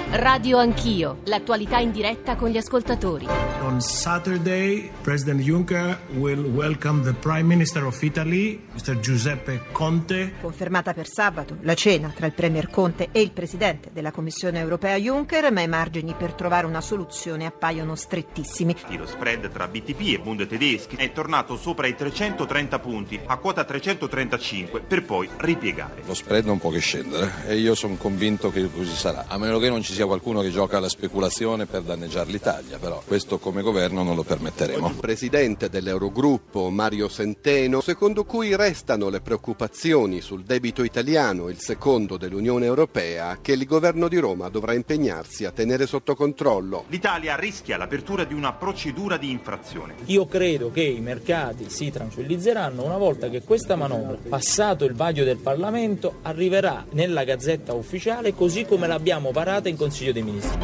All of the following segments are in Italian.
Radio Anch'io, l'attualità in diretta con gli ascoltatori. On Saturday, President Juncker will welcome the Prime Minister of Italy, Mr. Giuseppe Conte. Confermata per sabato la cena tra il Premier Conte e il Presidente della Commissione Europea Juncker, ma i margini per trovare una soluzione appaiono strettissimi. Lo spread tra BTP e Bund tedeschi è tornato sopra i 330 punti, a quota 335, per poi ripiegare. Lo spread non può che scendere e io sono convinto che così sarà, a meno che non ci sia qualcuno che gioca alla speculazione per danneggiare l'Italia, però questo come governo non lo permetteremo. Il presidente dell'Eurogruppo, Mario Centeno, secondo cui restano le preoccupazioni sul debito italiano, il secondo dell'Unione Europea, che il governo di Roma dovrà impegnarsi a tenere sotto controllo. L'Italia rischia l'apertura di una procedura di infrazione. Io credo che i mercati si tranquillizzeranno una volta che questa manovra, passato il vaglio del Parlamento, arriverà nella Gazzetta Ufficiale così come l'abbiamo varata in Consiglio dei Ministri.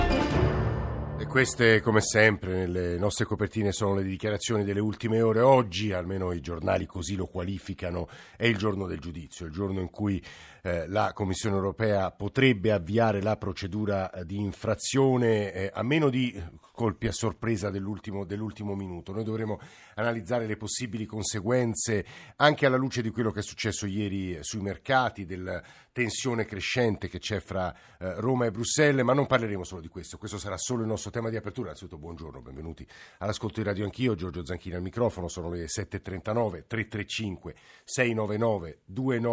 E queste, come sempre, nelle nostre copertine sono le dichiarazioni delle ultime ore. Oggi, almeno i giornali così lo qualificano, è il giorno del giudizio, il giorno in cui la Commissione europea potrebbe avviare la procedura di infrazione, a meno di colpi a sorpresa dell'ultimo minuto. Noi dovremo analizzare le possibili conseguenze anche alla luce di quello che è successo ieri sui mercati, della tensione crescente che c'è fra Roma e Bruxelles, ma non parleremo solo di questo. Questo sarà solo il nostro tema di apertura. Innanzitutto buongiorno, benvenuti all'ascolto di Radio Anch'io. Giorgio Zanchini al microfono, sono le 7.39, 335 699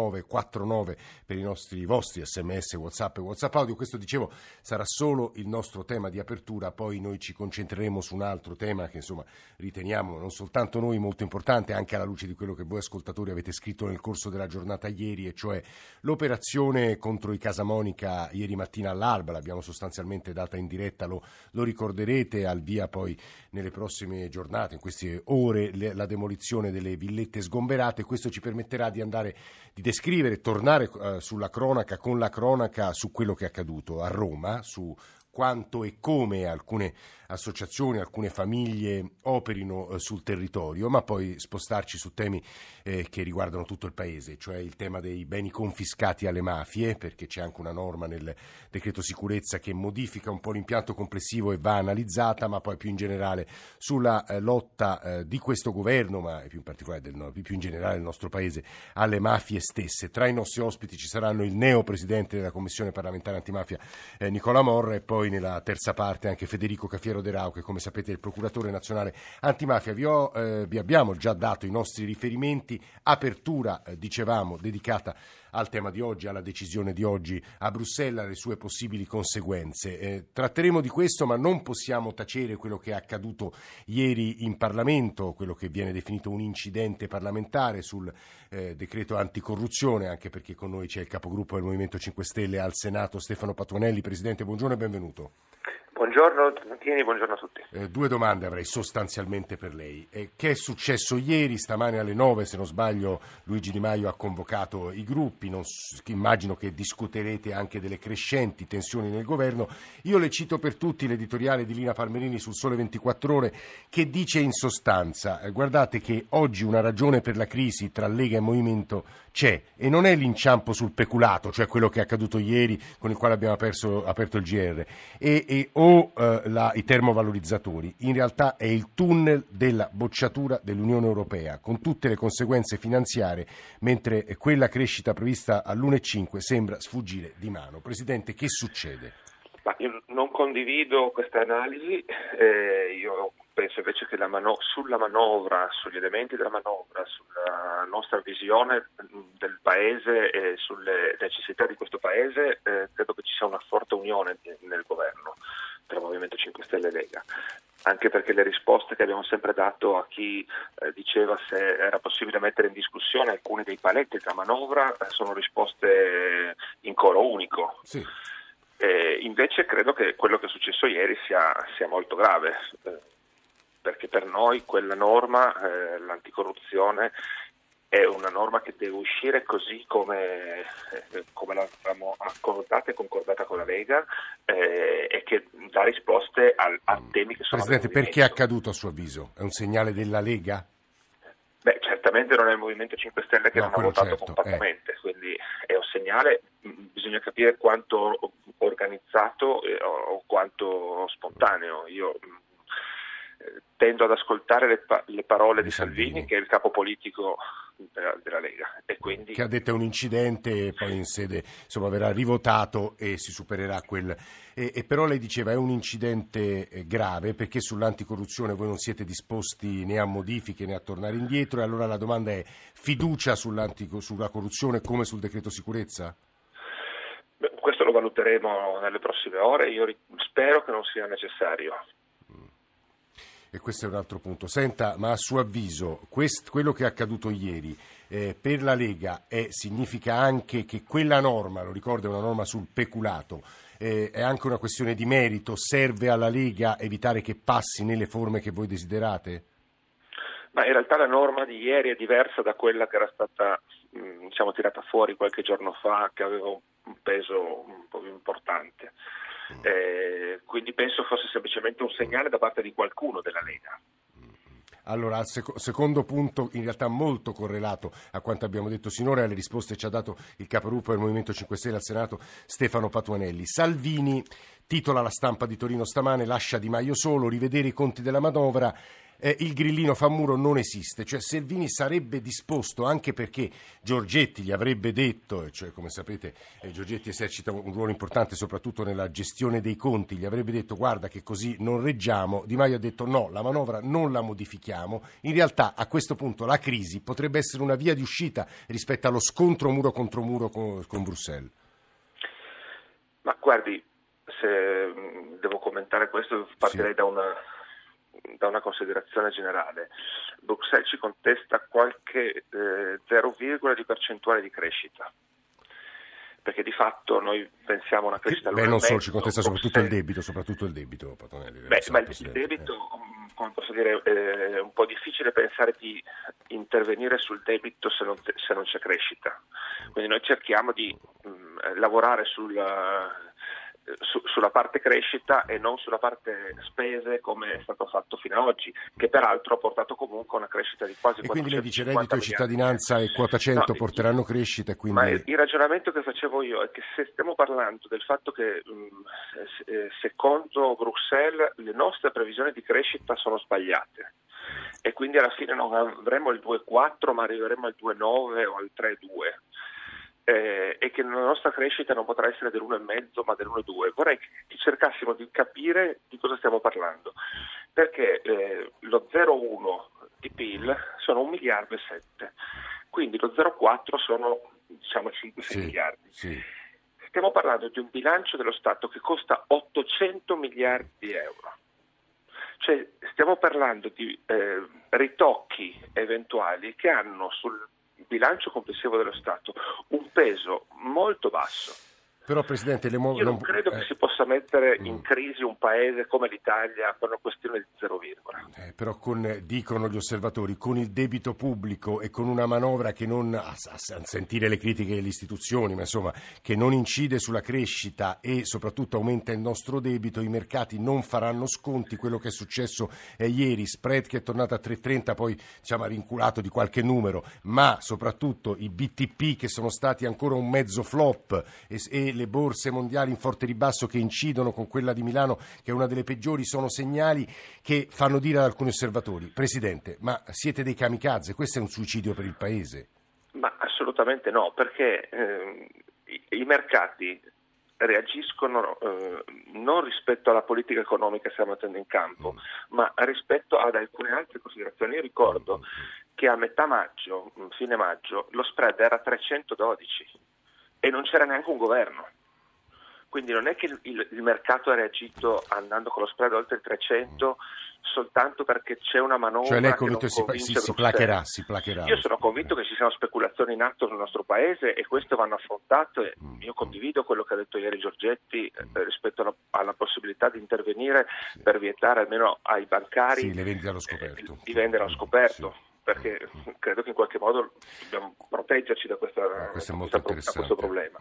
2949 per i vostri sms, whatsapp e whatsapp audio. Questo, dicevo, sarà solo il nostro tema di apertura, poi noi ci concentreremo su un altro tema che insomma riteniamo non soltanto noi molto importante, anche alla luce di quello che voi ascoltatori avete scritto nel corso della giornata ieri, e cioè l'operazione contro i Casamonica ieri mattina all'alba. L'abbiamo sostanzialmente data in diretta, lo ricorderete, al via poi nelle prossime giornate, in queste ore, la demolizione delle villette sgomberate. Questo ci permetterà di descrivere, tornare sulla cronaca, con la cronaca, su quello che è accaduto a Roma, su quanto e come alcune associazioni, alcune famiglie operino sul territorio, ma poi spostarci su temi che riguardano tutto il Paese, cioè il tema dei beni confiscati alle mafie, perché c'è anche una norma nel decreto sicurezza che modifica un po' l'impianto complessivo e va analizzata, ma poi più in generale sulla lotta di questo governo, ma più in particolare più in generale del nostro Paese, alle mafie stesse. Tra i nostri ospiti ci saranno il neo presidente della Commissione parlamentare antimafia Nicola Morra, e poi nella terza parte anche Federico Cafiero De Rao, che come sapete è il procuratore nazionale antimafia. Vi abbiamo già dato i nostri riferimenti. Apertura, dicevamo, dedicata al tema di oggi, alla decisione di oggi a Bruxelles, alle sue possibili conseguenze. Tratteremo di questo, ma non possiamo tacere quello che è accaduto ieri in Parlamento, quello che viene definito un incidente parlamentare sul decreto anticorruzione, anche perché con noi c'è il capogruppo del Movimento 5 Stelle al Senato, Stefano Patuanelli. Presidente, buongiorno e benvenuto. Buongiorno Zanchini, buongiorno a tutti. Due domande avrei sostanzialmente per lei. Che è successo ieri? Stamane alle 9, se non sbaglio, Luigi Di Maio ha convocato i gruppi. Immagino che discuterete anche delle crescenti tensioni nel governo. Io le cito per tutti l'editoriale di Lina Palmerini sul Sole 24 Ore, che dice in sostanza: guardate che oggi una ragione per la crisi tra Lega e Movimento c'è, e non è l'inciampo sul peculato, cioè quello che è accaduto ieri con il quale abbiamo aperto il GR, i termovalorizzatori. In realtà è il tunnel della bocciatura dell'Unione Europea, con tutte le conseguenze finanziarie, mentre quella crescita prevista all'1,5 sembra sfuggire di mano. Presidente, che succede? Ma io non condivido questa analisi, io penso invece che sulla manovra, sugli elementi della manovra, sulla nostra visione del Paese e sulle necessità di questo Paese, credo che ci sia una forte unione nel governo tra Movimento 5 Stelle e Lega, anche perché le risposte che abbiamo sempre dato a chi diceva se era possibile mettere in discussione alcuni dei paletti della manovra sono risposte in coro unico. Sì. Invece credo che quello che è successo ieri sia molto grave, perché per noi quella norma, l'anticorruzione, è una norma che deve uscire così come l'avevamo accordata e concordata con la Lega, e che dà risposte a temi che sono... Presidente, perché è accaduto a suo avviso? È un segnale della Lega? Beh, certamente non è il Movimento 5 Stelle che non ha votato compattamente, quindi è un segnale bisogna capire quanto organizzato o quanto spontaneo. Io tendo ad ascoltare le parole di Salvini, che è il capo politico della Lega, e quindi che ha detto è un incidente, e poi in sede verrà rivotato e si supererà quel. E però lei diceva è un incidente grave, perché sull'anticorruzione voi non siete disposti né a modifiche né a tornare indietro, e allora la domanda è: fiducia sulla corruzione come sul decreto sicurezza? Questo lo valuteremo nelle prossime ore, io spero che non sia necessario. E questo è un altro punto. Senta, ma a suo avviso quello che è accaduto ieri per la Lega significa anche che quella norma, lo ricordo, è una norma sul peculato, è anche una questione di merito? Serve alla Lega evitare che passi nelle forme che voi desiderate? Ma in realtà la norma di ieri è diversa da quella che era stata tirata fuori qualche giorno fa, che aveva un peso un po' più importante. Quindi penso fosse semplicemente un segnale da parte di qualcuno della Lega. Allora, al secondo punto, in realtà molto correlato a quanto abbiamo detto sinora, alle risposte ci ha dato il capogruppo del Movimento 5 Stelle al Senato, Stefano Patuanelli. Salvini titola La Stampa di Torino stamane: lascia Di Maio solo, rivedere i conti della manovra. Il grillino fa muro non esiste, cioè Salvini sarebbe disposto, anche perché Giorgetti gli avrebbe detto, cioè come sapete Giorgetti esercita un ruolo importante soprattutto nella gestione dei conti, gli avrebbe detto guarda che così non reggiamo. Di Maio ha detto no, la manovra non la modifichiamo. In realtà a questo punto la crisi potrebbe essere una via di uscita rispetto allo scontro muro contro muro con Bruxelles. Ma guardi, se devo commentare questo partirei da una considerazione generale. Bruxelles ci contesta qualche 0, di percentuale di crescita, perché di fatto noi pensiamo a una crescita non solo, ci contesta soprattutto il debito, Patuanelli. Ma il debito, come posso dire, è un po' difficile pensare di intervenire sul debito se non c'è crescita. Quindi noi cerchiamo di lavorare sulla parte crescita e non sulla parte spese, come è stato fatto fino ad oggi, che peraltro ha portato comunque a una crescita di quasi 450 miliardi. E quindi lei dice reddito di cittadinanza e quota 100 porteranno crescita, quindi. Ma il ragionamento che facevo io è che se stiamo parlando del fatto che secondo Bruxelles le nostre previsioni di crescita sono sbagliate e quindi alla fine non avremo il 2,4 ma arriveremo al 2,9 o al 3,2, e che la nostra crescita non potrà essere dell'1,5 ma dell'1,2. Vorrei che cercassimo di capire di cosa stiamo parlando, perché lo 0,1 di PIL sono 1,7 miliardi, quindi lo 0,4 sono 5-6 miliardi. Sì. Stiamo parlando di un bilancio dello Stato che costa 800 miliardi di euro. Cioè stiamo parlando di ritocchi eventuali che hanno sul bilancio complessivo dello Stato un peso molto basso. Però Presidente, io non credo che si possa mettere in crisi un paese come l'Italia per una questione di 0, però dicono gli osservatori, con il debito pubblico e con una manovra che non, a sentire le critiche delle istituzioni, ma insomma che non incide sulla crescita e soprattutto aumenta il nostro debito, i mercati non faranno sconti. Quello che è successo ieri, spread che è tornato a 3,30, poi ha rinculato di qualche numero, ma soprattutto i BTP che sono stati ancora un mezzo flop e le borse mondiali in forte ribasso che incidono con quella di Milano che è una delle peggiori, sono segnali che fanno dire ad alcuni osservatori: Presidente, ma siete dei kamikaze, questo è un suicidio per il Paese? Ma assolutamente no, perché i mercati reagiscono non rispetto alla politica economica che stiamo mettendo in campo, ma rispetto ad alcune altre considerazioni. Io ricordo che a metà maggio, fine maggio, lo spread era 312 e non c'era neanche un governo. Quindi non è che il mercato ha reagito andando con lo spread oltre il 300 soltanto perché c'è una manovra. Cioè lei è che convinto si placherà. Io sono convinto che ci siano speculazioni in atto nel nostro paese e queste vanno affrontate. Io condivido quello che ha detto ieri Giorgetti rispetto alla possibilità di intervenire per vietare almeno ai bancari le vendite allo scoperto. Di vendere allo scoperto. Sì. Perché credo che in qualche modo dobbiamo proteggerci da questo problema.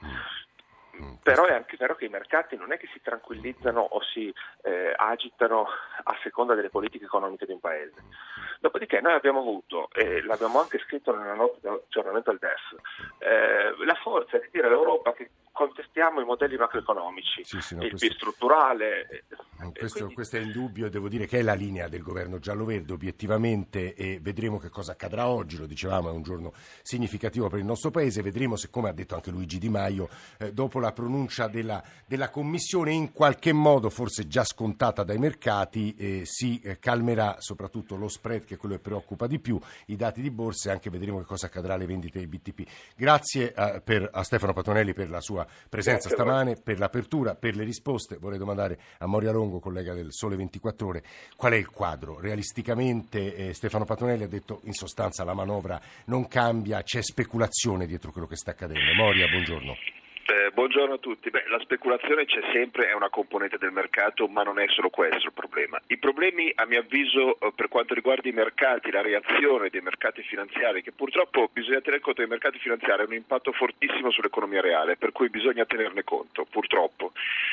Però è anche vero che i mercati non è che si tranquillizzano o si agitano a seconda delle politiche economiche di un paese. Dopodiché noi abbiamo avuto, e l'abbiamo anche scritto nella nota di aggiornamento al DEF, la forza di dire all'Europa che rispettiamo i modelli macroeconomici, il questo... PIL strutturale. Questo è indubbio, devo dire che è la linea del governo giallo-verde obiettivamente, e vedremo che cosa accadrà oggi. Lo dicevamo, è un giorno significativo per il nostro paese, vedremo se, come ha detto anche Luigi Di Maio, dopo la pronuncia della Commissione, in qualche modo forse già scontata dai mercati, si calmerà soprattutto lo spread, che è quello che preoccupa di più, i dati di borsa, e anche vedremo che cosa accadrà alle vendite dei BTP. Grazie a Stefano Patuanelli per la sua presenza stamane, per l'apertura, per le risposte. Vorrei domandare a Moria Longo, collega del Sole 24 Ore, qual è il quadro? Realisticamente Stefano Patuanelli ha detto in sostanza la manovra non cambia, c'è speculazione dietro quello che sta accadendo. Moria, buongiorno. Buongiorno a tutti. La speculazione c'è sempre, è una componente del mercato, ma non è solo questo il problema. I problemi, a mio avviso, per quanto riguarda i mercati, la reazione dei mercati finanziari, che purtroppo bisogna tener conto che i mercati finanziari hanno un impatto fortissimo sull'economia reale, per cui bisogna tenerne conto, purtroppo.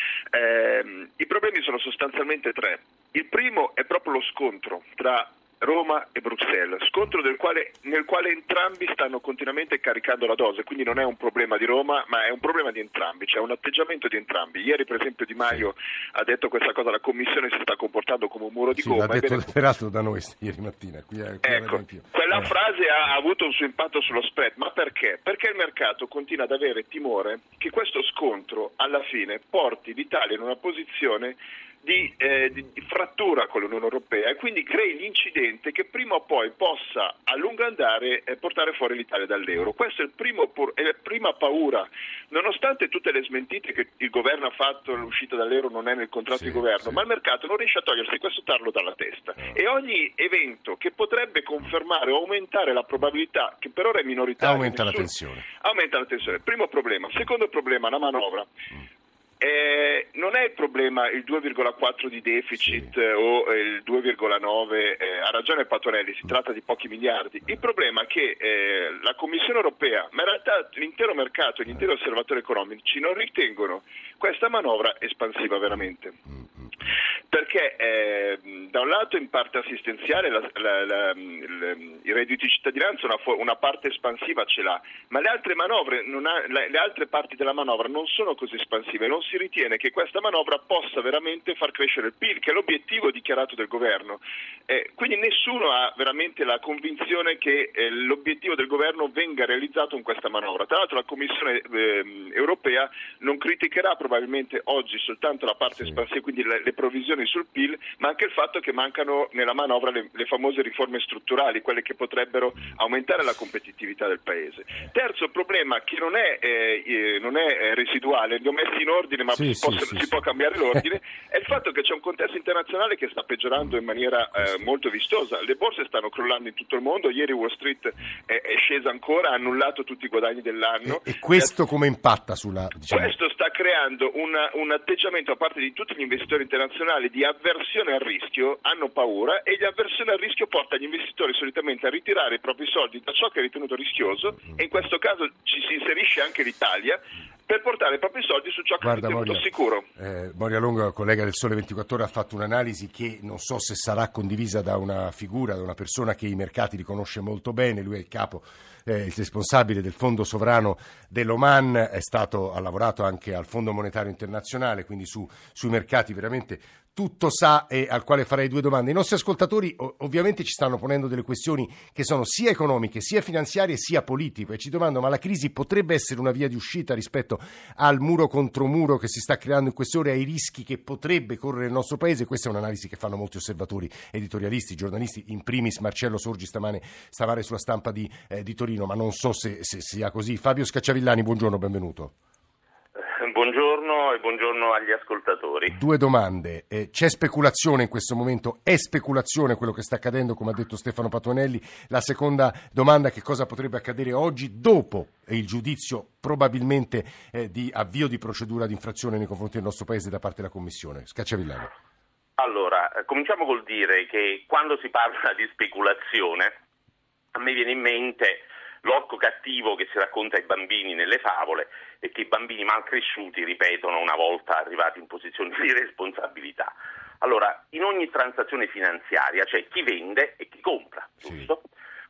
I problemi sono sostanzialmente tre. Il primo è proprio lo scontro tra Roma e Bruxelles, scontro nel quale entrambi stanno continuamente caricando la dose, quindi non è un problema di Roma, ma è un problema di entrambi, c'è un atteggiamento di entrambi. Ieri per esempio Di Maio ha detto questa cosa, la Commissione si sta comportando come un muro di gomma. L'ha detto peraltro da noi ieri mattina. Quella frase ha avuto un suo impatto sullo spread, ma perché? Perché il mercato continua ad avere timore che questo scontro alla fine porti l'Italia in una posizione di frattura con l'Unione Europea, e quindi crei l'incidente che prima o poi possa a lungo andare portare fuori l'Italia dall'euro. Questa è la prima paura, nonostante tutte le smentite che il governo ha fatto. L'uscita dall'euro non è nel contratto di governo, ma il mercato non riesce a togliersi questo tarlo dalla testa, e ogni evento che potrebbe confermare o aumentare la probabilità, che per ora è minoritaria, aumenta la tensione. Primo problema. Secondo problema, la manovra. Non è il problema il 2,4 di deficit o il 2,9, ha ragione Patuanelli, si tratta di pochi miliardi. Il problema è che la Commissione Europea, ma in realtà l'intero mercato e gli interi osservatori economici non ritengono questa manovra espansiva veramente. Perché da un lato in parte assistenziale il reddito di cittadinanza una parte espansiva ce l'ha, ma le altre manovre le altre parti della manovra non sono così espansive, non si ritiene che questa manovra possa veramente far crescere il PIL, che è l'obiettivo dichiarato del governo. Quindi nessuno ha veramente la convinzione che l'obiettivo del governo venga realizzato in questa manovra. Tra l'altro la Commissione Europea non criticherà probabilmente oggi soltanto la parte espansiva, quindi le provvisioni sul PIL, ma anche il fatto che mancano nella manovra le famose riforme strutturali, quelle che potrebbero aumentare la competitività del Paese. Terzo problema, che non è residuale, li ho messi in ordine, ma si può cambiare l'ordine, è il fatto che c'è un contesto internazionale che sta peggiorando in maniera molto vistosa. Le borse stanno crollando in tutto il mondo, ieri Wall Street è scesa ancora, ha annullato tutti i guadagni dell'anno. E questo come impatta sulla... Questo sta creando un atteggiamento da parte di tutti gli investitori internazionali di avversione al rischio, hanno paura, e l'avversione al rischio porta gli investitori solitamente a ritirare i propri soldi da ciò che è ritenuto rischioso, e in questo caso ci si inserisce anche l'Italia, per portare i propri soldi su ciò che è ritenuto sicuro. Moria Longo, collega del Sole 24 Ore, ha fatto un'analisi che non so se sarà condivisa da una figura, da una persona che i mercati li conosce molto bene. Lui è il capo, il responsabile del fondo sovrano dell'Oman, ha lavorato anche al Fondo Monetario Internazionale, quindi sui mercati veramente tutto sa, e al quale farei due domande. I nostri ascoltatori ovviamente ci stanno ponendo delle questioni che sono sia economiche, sia finanziarie, sia politiche, e ci domando: ma la crisi potrebbe essere una via di uscita rispetto al muro contro muro che si sta creando in queste ore, ai rischi che potrebbe correre il nostro Paese? Questa è un'analisi che fanno molti osservatori, editorialisti, giornalisti, in primis Marcello Sorgi stamane sulla Stampa di Torino, ma non so se sia così. Fabio Scacciavillani, buongiorno, benvenuto. Buongiorno e buongiorno agli ascoltatori. Due domande. C'è speculazione in questo momento? È speculazione quello che sta accadendo, come ha detto Stefano Patuanelli? La seconda domanda: che cosa potrebbe accadere oggi dopo il giudizio probabilmente di avvio di procedura di infrazione nei confronti del nostro Paese da parte della Commissione? Scacciavillani. Allora, cominciamo col dire che quando si parla di speculazione a me viene in mente l'orco cattivo che si racconta ai bambini nelle favole e che i bambini mal cresciuti ripetono una volta arrivati in posizione di responsabilità. Allora, in ogni transazione finanziaria c'è chi vende e chi compra, giusto?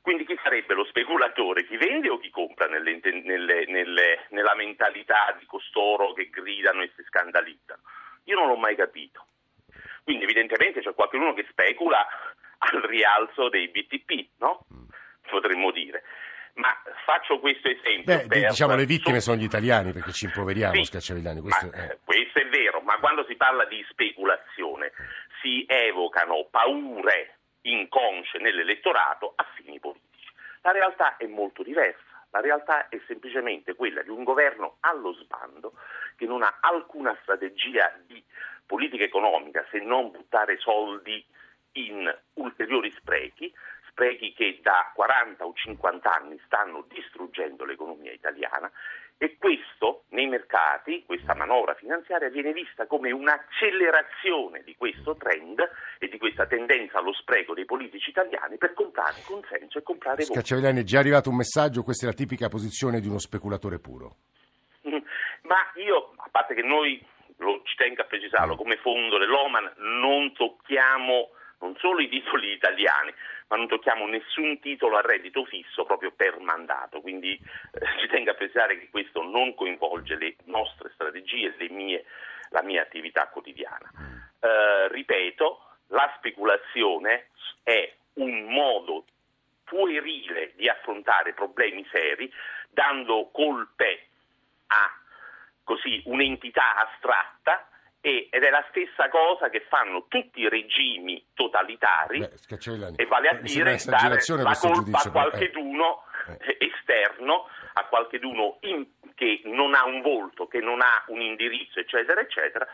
Quindi chi sarebbe lo speculatore? Chi vende o chi compra nella mentalità di costoro che gridano e si scandalizzano? Io non l'ho mai capito. Quindi evidentemente c'è qualcuno che specula al rialzo dei BTP, no? Potremmo dire. Ma faccio questo esempio. Diciamo le vittime sono gli italiani, perché ci impoveriamo, sì, Scacciavillani. Questo è vero, ma quando si parla di speculazione si evocano paure inconsce nell'elettorato a fini politici. La realtà è molto diversa. La realtà è semplicemente quella di un governo allo sbando che non ha alcuna strategia di politica economica se non buttare soldi in ulteriori sprechi che da 40 o 50 anni stanno distruggendo l'economia italiana, e questo nei mercati, questa manovra finanziaria viene vista come un'accelerazione di questo trend e di questa tendenza allo spreco dei politici italiani per comprare consenso e comprare voti. Scacciavillani, è già arrivato un messaggio, questa è la tipica posizione di uno speculatore puro. Ma io, a parte che noi, ci tengo a precisarlo, come fondo dell'Oman non tocchiamo non solo i titoli italiani, ma non tocchiamo nessun titolo a reddito fisso proprio per mandato, quindi ci tengo a precisare che questo non coinvolge le nostre strategie, la mia attività quotidiana. Ripeto, la speculazione è un modo puerile di affrontare problemi seri, dando colpe a un'entità astratta, ed è la stessa cosa che fanno tutti i regimi totalitari, e vale a dire dare la colpa a qualcheduno esterno, a qualcheduno che non ha un volto, che non ha un indirizzo, eccetera, eccetera,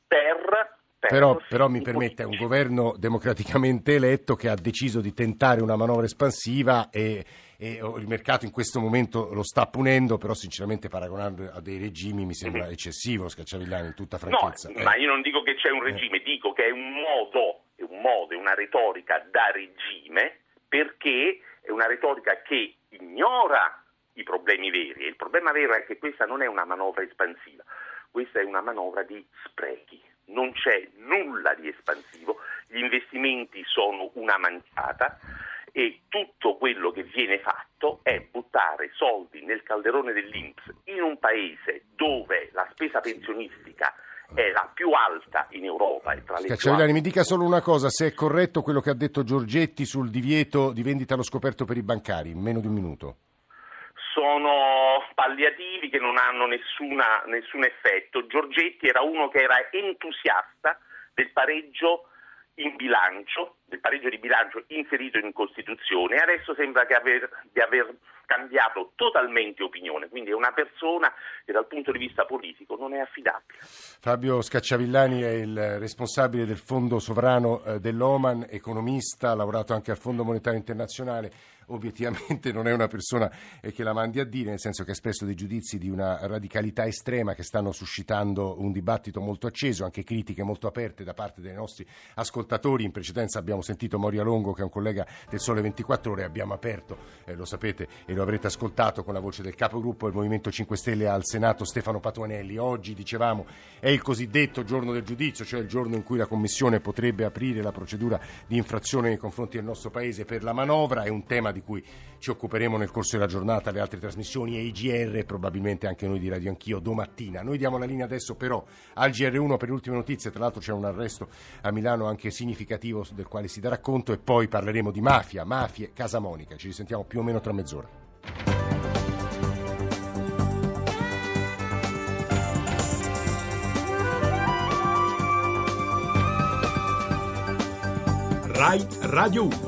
Però mi permette, è un governo democraticamente eletto che ha deciso di tentare una manovra espansiva e il mercato in questo momento lo sta punendo, però sinceramente paragonando a dei regimi mi sembra eccessivo, Scacciavillani, in tutta franchezza. No, ma io non dico che c'è un regime, dico che è un modo, è una retorica da regime, perché è una retorica che ignora i problemi veri, e il problema vero è che questa non è una manovra espansiva, questa è una manovra di sprechi. Non c'è nulla di espansivo, gli investimenti sono una manciata e tutto quello che viene fatto è buttare soldi nel calderone dell'INPS in un paese dove la spesa pensionistica è la più alta in Europa e tra le più alte. Mi dica solo una cosa, se è corretto quello che ha detto Giorgetti sul divieto di vendita allo scoperto per i bancari, in meno di un minuto. Sono palliativi che non hanno nessun effetto. Giorgetti era uno che era entusiasta del pareggio in bilancio, del pareggio di bilancio inserito in Costituzione, e adesso sembra di aver cambiato totalmente opinione, quindi è una persona che dal punto di vista politico non è affidabile. Fabio Scacciavillani è il responsabile del Fondo Sovrano dell'Oman, economista, ha lavorato anche al Fondo Monetario Internazionale. Obiettivamente non è una persona che la mandi a dire, nel senso che ha espresso dei giudizi di una radicalità estrema che stanno suscitando un dibattito molto acceso, anche critiche molto aperte da parte dei nostri ascoltatori. In precedenza abbiamo sentito Moria Longo, che è un collega del Sole 24 Ore, abbiamo aperto, lo sapete e lo avrete ascoltato, con la voce del capogruppo del Movimento 5 Stelle al Senato Stefano Patuanelli. Oggi, dicevamo, è il cosiddetto giorno del giudizio, cioè il giorno in cui la Commissione potrebbe aprire la procedura di infrazione nei confronti del nostro Paese per la manovra. È un tema di cui ci occuperemo nel corso della giornata, le altre trasmissioni e i GR, e probabilmente anche noi di Radio Anch'io domattina. Noi diamo la linea adesso però al GR1 per le ultime notizie, tra l'altro c'è un arresto a Milano anche significativo del quale si darà conto, e poi parleremo di mafie, Casa Monica. Ci risentiamo più o meno tra mezz'ora. Rai Radio 1.